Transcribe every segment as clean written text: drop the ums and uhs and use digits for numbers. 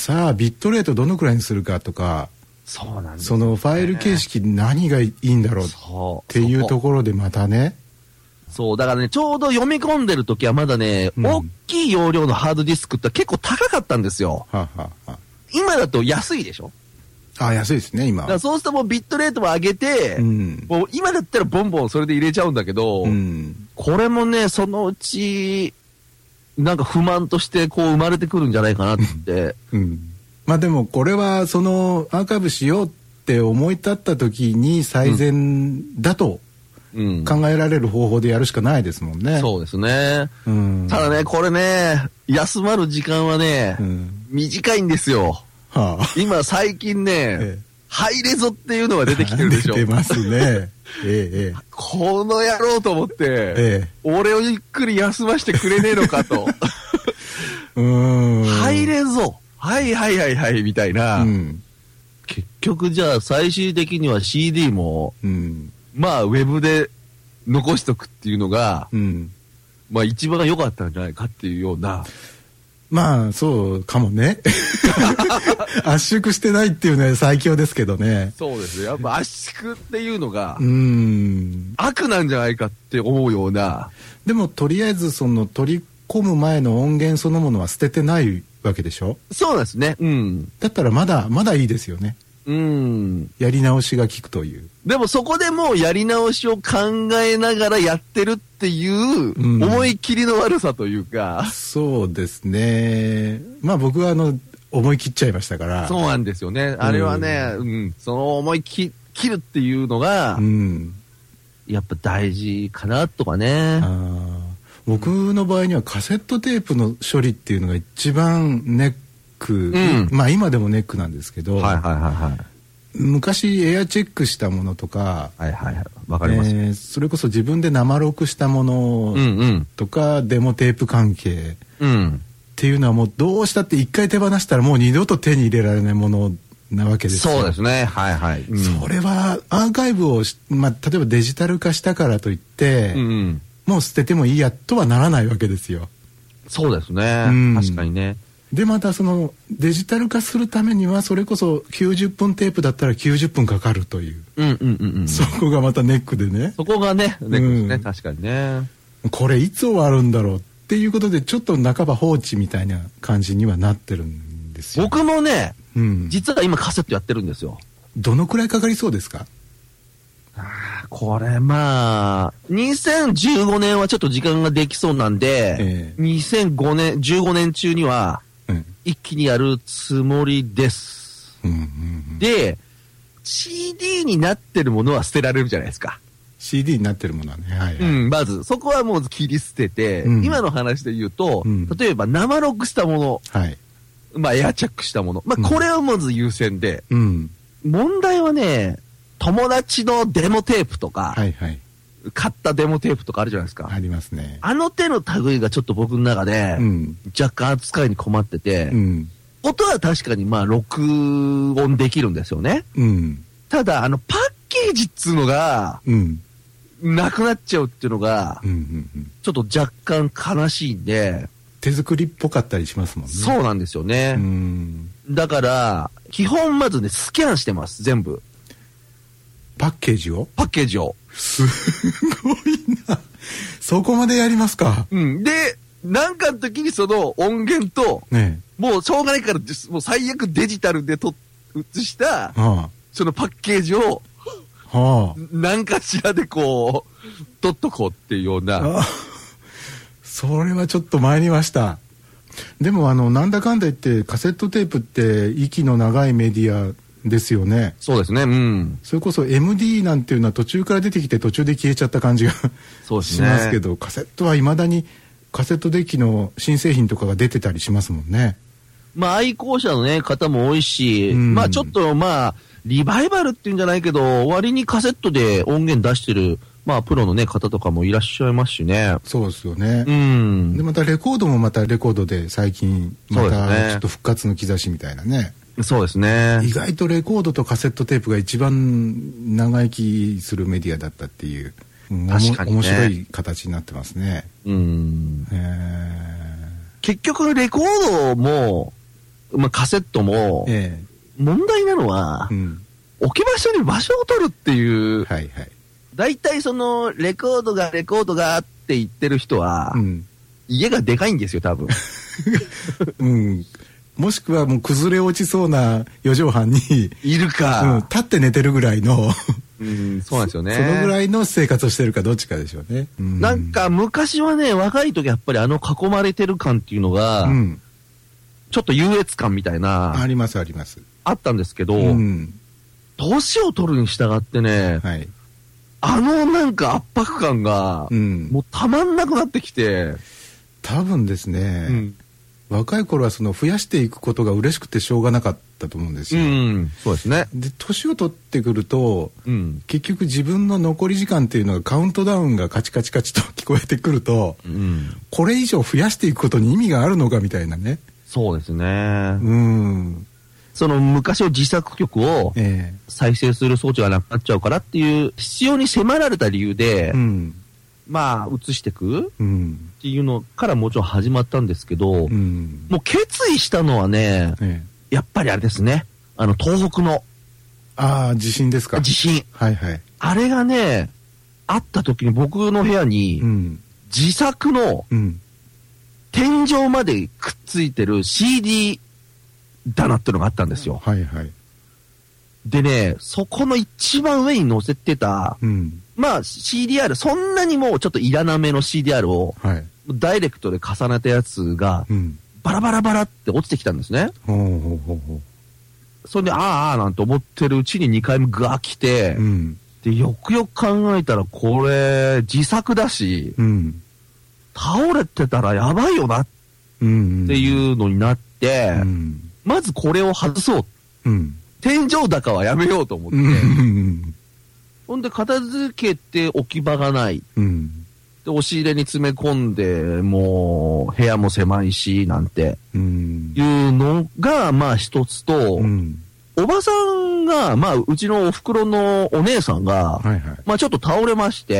さあビットレートどのくらいにするかとか、 そうなんです、ね、 そのファイル形式何がいいんだろうっていうところでまたね、 そうだからね、ちょうど読み込んでる時はまだね、大きい容量のハードディスクって結構高かったんですよ。今だと安いでしょ。 安いですね今。 だからそうするともうビットレートも上げて、もう今だったらボンボンそれで入れちゃうんだけど、これもねそのうちなんか不満としてこう生まれてくるんじゃないかなって、 まあでもこれはそのアーカイブしようって思い立った時に最善だと考えられる方法でやるしかないですもんね。 そうですね、ただねこれね休まる時間はね、短いんですよ。今最近ね、ハイレゾっていうのが出てきてるでしょ。 出ますね。 この野郎と思って、俺をゆっくり休ませてくれねえのかと。ハイレゾはいみたいな、結局じゃあ最終的には CD も、まあウェブで残しとくっていうのが、まあ一番良かったんじゃないかっていうような。 まあそうかもね。圧縮してないっていうのは最強ですけどね。 そうですね。やっぱ圧縮っていうのが悪なんじゃないかって思うような。 でもとりあえずその取り込む前の音源そのものは捨ててないわけでしょ。 そうですね。 だったらまだいいですよね。やり直しが効くという。 でもそこでもうやり直しを考えながらやってるっていう思い切りの悪さというか、 そうですね。まあ僕は思い切っちゃいましたから。 そうなんですよね。あれはね、その思い切るっていうのが、やっぱ大事かなとかね。 僕の場合にはカセットテープの処理っていうのが一番ネック、まあ今でもネックなんですけど、昔エアチェックしたものとか、 わかります。 それこそ自分で生録したものとか、デモテープ関係っていうのはもうどうしたって一回手放したらもう二度と手に入れられないものなわけですよ。 そうですね。 それはアーカイブをまあ例えばデジタル化したからといって、もう捨ててもいいやとはならないわけですよ。 そうですね。確かにね。 でまたそのデジタル化するためにはそれこそ90分テープだったら90分かかるという、そこがまたネックでね。 そこがねネックですね。確かにね。 これいつ終わるんだろうっていうことでちょっと半ば放置みたいな感じにはなってるんですよ。 僕もね、実は今カセットやってるんですよ。どのくらいかかりそうですか？ これまあ2015年はちょっと時間ができそうなんで、2005年15年中には一気にやるつもりです。で CD になってるものは捨てられるじゃないですか。 CD になってるものはね、 まずそこはもう切り捨てて、今の話で言うと、例えば生録したもの、まあエアチェックしたもの、まあこれはまず優先で、問題はね、友達のデモテープとか、買ったデモテープとかあるじゃないですか。 ありますね。 あの手の類がちょっと僕の中で、若干扱いに困ってて、音は確かにまあ録音できるんですよね。ただパッケージっつうのが、なくなっちゃうっていうのが、ちょっと若干悲しいんで。 手作りっぽかったりしますもんね。 そうなんですよね。だから基本まずねスキャンしてます、全部。 パッケージをすごいな。そこまでやりますか。 でなんかの時にその音源と、もうしょうがないからもう最悪デジタルで写した、そのパッケージを、何かしらでこう取っとこうっていうような。 それはちょっと参りました。でもなんだかんだ言ってカセットテープって息の長いメディアですよね。 そうですね。 それこそ MD なんていうのは途中から出てきて途中で消えちゃった感じがしますけど、カセットはいまだにカセットデッキの新製品とかが出てたりしますもんね。 まあ愛好者のね方も多いし、まあちょっとまあリバイバルっていうんじゃないけど、割にカセットで音源出してるまあプロのね方とかもいらっしゃいますしね。 そうですよね。でまたレコードもまたレコードで最近またちょっと復活の兆しみたいなね。 そうですね。 意外とレコードとカセットテープが一番長生きするメディアだったっていう、 確かにね、 面白い形になってますね。 結局レコードもまあ、カセットも、問題なのは、置き場所に場所を取るっていう、はいはい、大体そのレコードがって言ってる人は、家がでかいんですよ多分、 もしくはもう崩れ落ちそうな4畳半にいるか、 立って寝てるぐらいのそうなんですよね。 そのぐらいの生活をしてるかどっちかでしょうね。 なんか昔はね、若い時やっぱり囲まれてる感っていうのが、ちょっと優越感みたいな。 ありますあります。 あったんですけど、年を取るに従ってね、はい、なんか圧迫感が、もうたまんなくなってきて。 多分ですね、若い頃はその増やしていくことが嬉しくてしょうがなかったと思うんですよ。 そうですね。 で年を取ってくると、結局自分の残り時間っていうのがカウントダウンがカチカチカチと聞こえてくると、これ以上増やしていくことに意味があるのかみたいなね。 そうですね。その昔の自作曲を再生する装置がなくなっちゃうからっていう必要に迫られた理由で、まあ移していくっていうのからもちろん始まったんですけど、もう決意したのはね、やっぱりあれですね、東北の地震ですか。 地震、はいはい、あれがねあった時に僕の部屋に、自作の、天井までくっついてる CD 棚っていうのがあったんですよ。はいはい。でね、そこの一番上に載せてた、まあ CDR、そんなにもうちょっといらなめの CDR を、ダイレクトで重ねたやつが、バラバラバラって落ちてきたんですね。それで、なんて思ってるうちに2回目ガー来て、で、よくよく考えたらこれ自作だし、倒れてたらやばいよなっていうのになって、まずこれを外そう。天井高はやめようと思って。ほんで片付けて置き場がない。で、押し入れに詰め込んで、もう部屋も狭いし、なんて、いうのが、まあ一つと、おばさんが、まあうちのお袋のお姉さんが、まあちょっと倒れまして、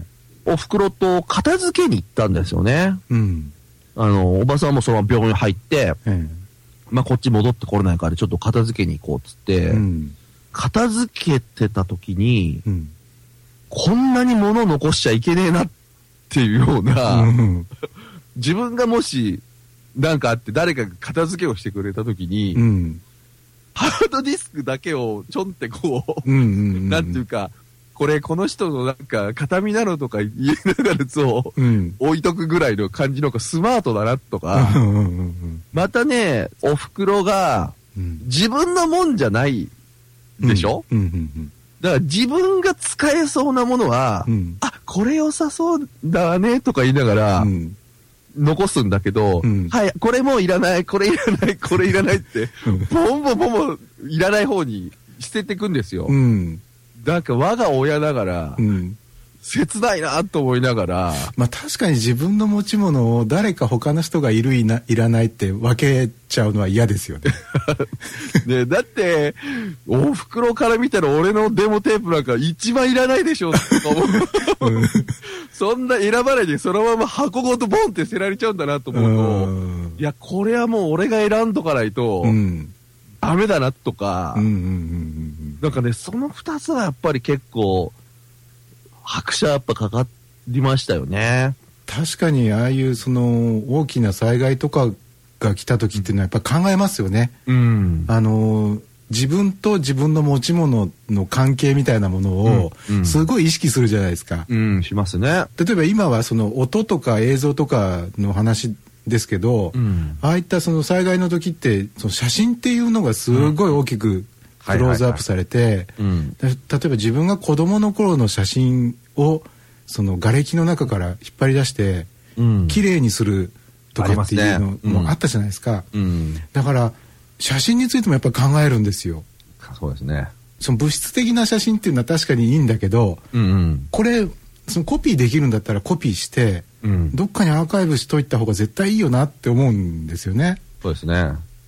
お袋と片付けに行ったんですよね。おばさんもそのまま病院入って、まあこっち戻ってこれないからちょっと片付けに行こうっつって、片付けてた時に、こんなに物残しちゃいけねえなっていうような、自分がもしなんかあって誰かが片付けをしてくれた時に、ハードディスクだけをちょんってこう、なんていうか、この人のなんか形見なのとか言いながら置いとくぐらいの感じのがスマートだなとか、またね、お袋が自分のもんじゃないでしょ、だから自分が使えそうなものは、これ良さそうだねとか言いながら、残すんだけど、はい、これもういらない、これいらない、これいらないって、ボンボンボンボンいらない方に捨てていくんですよ。なんか我が親ながら、切ないなと思いながら。 まあ確かに自分の持ち物を誰か他の人がいらないって分けちゃうのは嫌ですよね。 ね、だって、お袋から見たら俺のデモテープなんか一番いらないでしょとか思う。そんな選ばないでそのまま箱ごとボンって捨てられちゃうんだなと思うと、いや、これはもう俺が選んどかないと、ダメだなとか、なんかね、その2つはやっぱり結構、拍車やっぱかかりましたよね。 確かにああいうその大きな災害とかが来た時っていうのはやっぱ考えますよね。自分と自分の持ち物の関係みたいなものをすごい意識するじゃないですか。 しますね。 例えば今はその音とか映像とかの話ですけど、ああいったその災害の時ってその写真っていうのがすごい大きくクローズアップされて、例えば自分が子供の頃の写真をその瓦礫の中から引っ張り出して綺麗にするとかっていうのもあったじゃないですか。だから写真についてもやっぱり考えるんですよ。 そうですね。 その物質的な写真っていうのは確かにいいんだけど、これそのコピーできるんだったらコピーして、どっかにアーカイブしといた方が絶対いいよなって思うんですよね。 そうですね。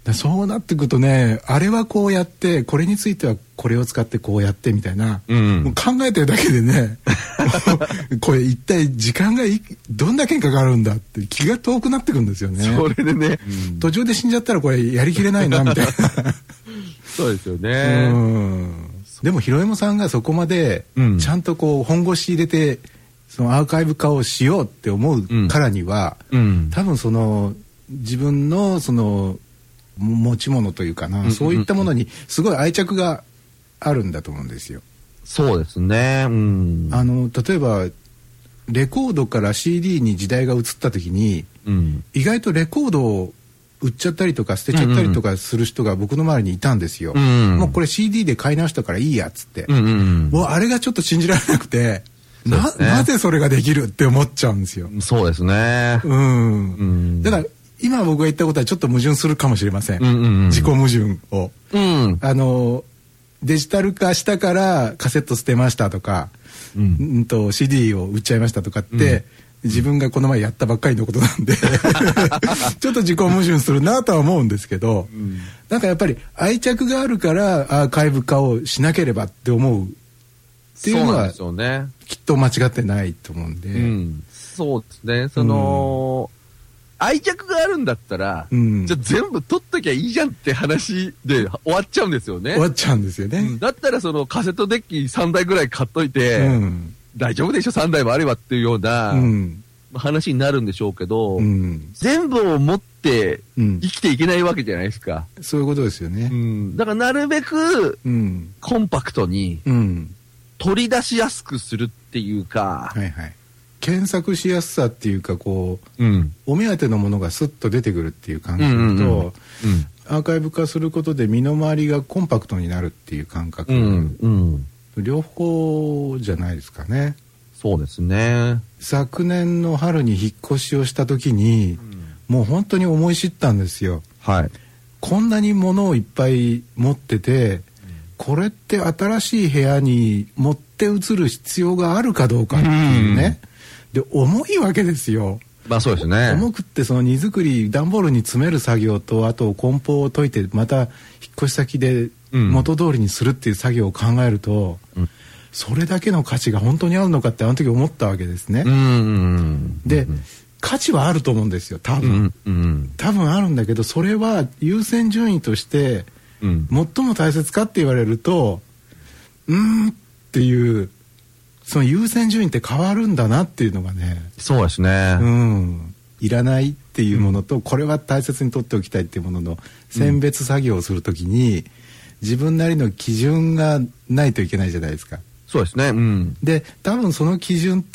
そうなってくるとね、あれはこうやってこれについてはこれを使ってこうやってみたいな、もう考えてるだけでねこれ一体時間がどんだけかかるんだって気が遠くなってくるんですよね。 それでね、 途中で死んじゃったらこれやりきれないなみたいなそうですよね。 でもひろえもさんがそこまでちゃんとこう本腰入れてそのアーカイブ化をしようって思うからには、多分その自分のその持ち物というかな、そういったものにすごい愛着があるんだと思うんですよ。 そうですね。 例えばレコードから CD に時代が移った時に、意外とレコードを売っちゃったりとか捨てちゃったりとかする人が僕の周りにいたんですよ。もうこれ CD で買い直したからいいやっつって、もうあれがちょっと信じられなくて、なぜそれができるって思っちゃうんですよ。 そうですね。 だから今僕が言ったことはちょっと矛盾するかもしれません。自己矛盾を。デジタル化したからカセット捨てましたとか、CD を売っちゃいましたとかって、自分がこの前やったばっかりのことなんでちょっと自己矛盾するなとは思うんですけど、なんかやっぱり愛着があるからアーカイブ化をしなければって思うっていうのはきっと間違ってないと思うんで、 そうですね。愛着があるんだったら、じゃあ全部取っときゃいいじゃんって話で終わっちゃうんですよね。 終わっちゃうんですよね。 だったらそのカセットデッキ3台ぐらい買っといて、大丈夫でしょ3台もあればっていうような、話になるんでしょうけど、全部を持って生きていけないわけじゃないですか。 そういうことですよね。 だからなるべく、コンパクトに、取り出しやすくするっていうか、 検索しやすさっていうかこう、お目当てのものがスッと出てくるっていう感覚と、アーカイブ化することで身の回りがコンパクトになるっていう感覚、両方じゃないですかね。 そうですね。 昨年の春に引っ越しをした時に、もう本当に思い知ったんですよ。こんなに物をいっぱい持ってて、これって新しい部屋に持って移る必要があるかどうかっていうね。で重いわけですよ。 そうですね。 重くってその荷造り段ボールに詰める作業と、あと梱包を解いてまた引っ越し先で元通りにするっていう作業を考えると、それだけの価値が本当にあるのかってあの時思ったわけですね。で価値はあると思うんですよ、多分。多分あるんだけど、それは優先順位として最も大切かって言われると、っていう。その優先順位って変わるんだなっていうのがね。 そうですね。 いらないっていうものと、これは大切に取っておきたいっていうものの選別作業をするときに、自分なりの基準がないといけないじゃないですか。 そうですね。 で多分その基準って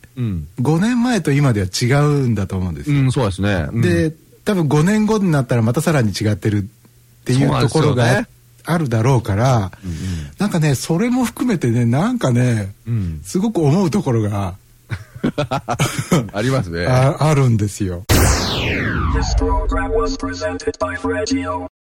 、5年前と今では違うんだと思うんですよ。 そうですね。 で多分5年後になったらまたさらに違ってるっていうところがあるだろうから、なんかねそれも含めてね、なんかね、すごく思うところがありますね。 あるんですよ。